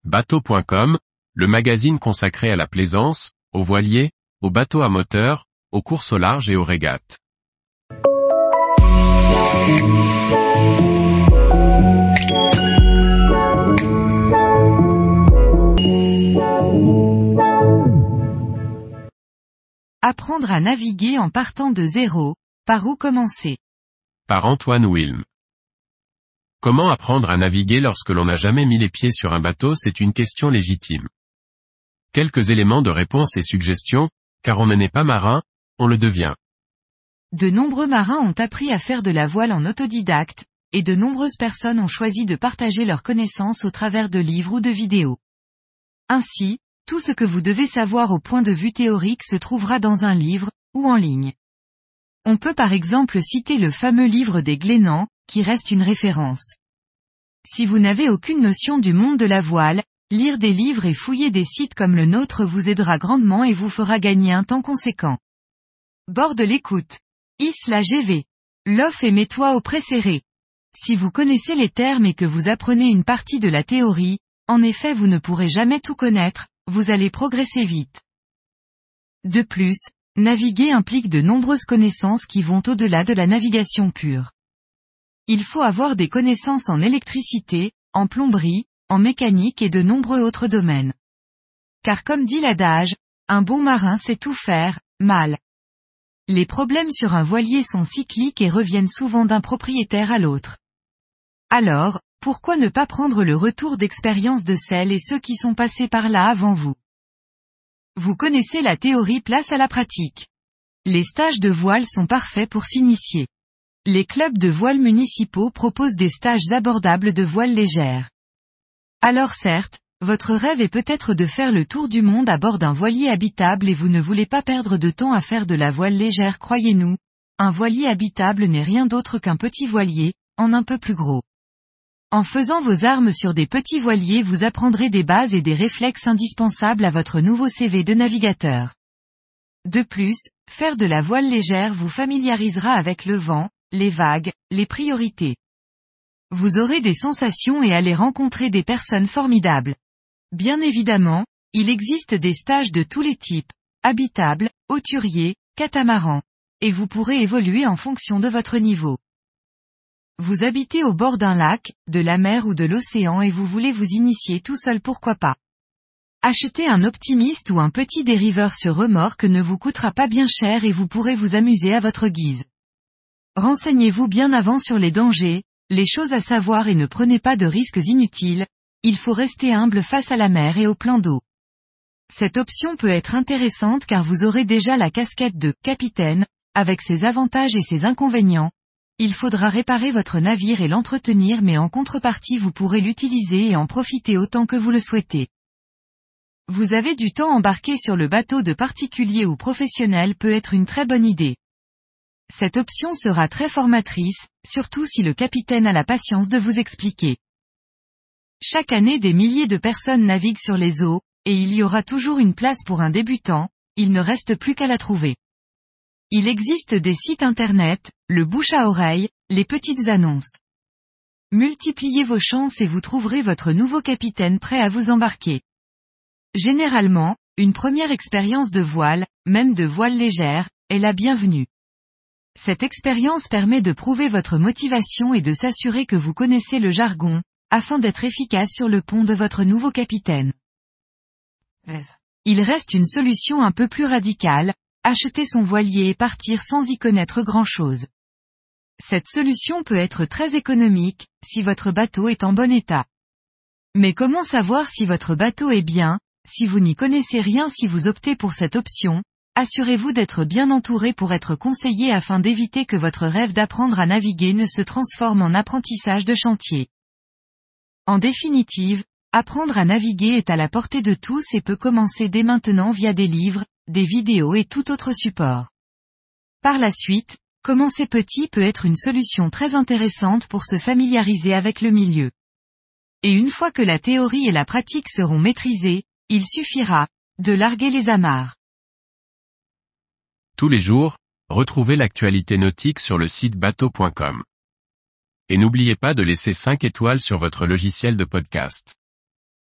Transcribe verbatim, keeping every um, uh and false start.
bateau point com, le magazine consacré à la plaisance, aux voiliers, aux bateaux à moteur, aux courses au large et aux régates. Apprendre à naviguer en partant de zéro, par où commencer? Par Antoine Wilm. Comment apprendre à naviguer lorsque l'on n'a jamais mis les pieds sur un bateau? C'est une question légitime. Quelques éléments de réponse et suggestions, car on n'est pas marin, on le devient. De nombreux marins ont appris à faire de la voile en autodidacte, et de nombreuses personnes ont choisi de partager leurs connaissances au travers de livres ou de vidéos. Ainsi, tout ce que vous devez savoir au point de vue théorique se trouvera dans un livre, ou en ligne. On peut par exemple citer le fameux livre des Glénans, qui reste une référence. Si vous n'avez aucune notion du monde de la voile, lire des livres et fouiller des sites comme le nôtre vous aidera grandement et vous fera gagner un temps conséquent. Bord de l'écoute. Hisse la G V. Lof et mets-toi au pré-serré. Si vous connaissez les termes et que vous apprenez une partie de la théorie, en effet vous ne pourrez jamais tout connaître, vous allez progresser vite. De plus, naviguer implique de nombreuses connaissances qui vont au-delà de la navigation pure. Il faut avoir des connaissances en électricité, en plomberie, en mécanique et de nombreux autres domaines. Car comme dit l'adage, un bon marin sait tout faire, mal. Les problèmes sur un voilier sont cycliques et reviennent souvent d'un propriétaire à l'autre. Alors, pourquoi ne pas prendre le retour d'expérience de celles et ceux qui sont passés par là avant vous? Vous connaissez la théorie, place à la pratique. Les stages de voile sont parfaits pour s'initier. Les clubs de voile municipaux proposent des stages abordables de voile légère. Alors certes, votre rêve est peut-être de faire le tour du monde à bord d'un voilier habitable et vous ne voulez pas perdre de temps à faire de la voile légère. Croyez-nous, un voilier habitable n'est rien d'autre qu'un petit voilier, en un peu plus gros. En faisant vos armes sur des petits voiliers vous apprendrez des bases et des réflexes indispensables à votre nouveau C V de navigateur. De plus, faire de la voile légère vous familiarisera avec le vent, les vagues, les priorités. Vous aurez des sensations et allez rencontrer des personnes formidables. Bien évidemment, il existe des stages de tous les types, habitables, hauturiers, catamarans, et vous pourrez évoluer en fonction de votre niveau. Vous habitez au bord d'un lac, de la mer ou de l'océan et vous voulez vous initier tout seul, pourquoi pas. Acheter un optimiste ou un petit dériveur sur remorque ne vous coûtera pas bien cher et vous pourrez vous amuser à votre guise. Renseignez-vous bien avant sur les dangers, les choses à savoir et ne prenez pas de risques inutiles, il faut rester humble face à la mer et au plan d'eau. Cette option peut être intéressante car vous aurez déjà la casquette de « capitaine », avec ses avantages et ses inconvénients. Il faudra réparer votre navire et l'entretenir mais en contrepartie vous pourrez l'utiliser et en profiter autant que vous le souhaitez. Vous avez du temps embarqué sur le bateau de particulier ou professionnel peut être une très bonne idée. Cette option sera très formatrice, surtout si le capitaine a la patience de vous expliquer. Chaque année des milliers de personnes naviguent sur les eaux, et il y aura toujours une place pour un débutant, il ne reste plus qu'à la trouver. Il existe des sites internet, le bouche à oreille, les petites annonces. Multipliez vos chances et vous trouverez votre nouveau capitaine prêt à vous embarquer. Généralement, une première expérience de voile, même de voile légère, est la bienvenue. Cette expérience permet de prouver votre motivation et de s'assurer que vous connaissez le jargon, afin d'être efficace sur le pont de votre nouveau capitaine. Il reste une solution un peu plus radicale, acheter son voilier et partir sans y connaître grand-chose. Cette solution peut être très économique, si votre bateau est en bon état. Mais comment savoir si votre bateau est bien, si vous n'y connaissez rien? Si vous optez pour cette option, assurez-vous d'être bien entouré pour être conseillé afin d'éviter que votre rêve d'apprendre à naviguer ne se transforme en apprentissage de chantier. En définitive, apprendre à naviguer est à la portée de tous et peut commencer dès maintenant via des livres, des vidéos et tout autre support. Par la suite, commencer petit peut être une solution très intéressante pour se familiariser avec le milieu. Et une fois que la théorie et la pratique seront maîtrisées, il suffira de larguer les amarres. Tous les jours, retrouvez l'actualité nautique sur le site bateau point com. Et n'oubliez pas de laisser cinq étoiles sur votre logiciel de podcast.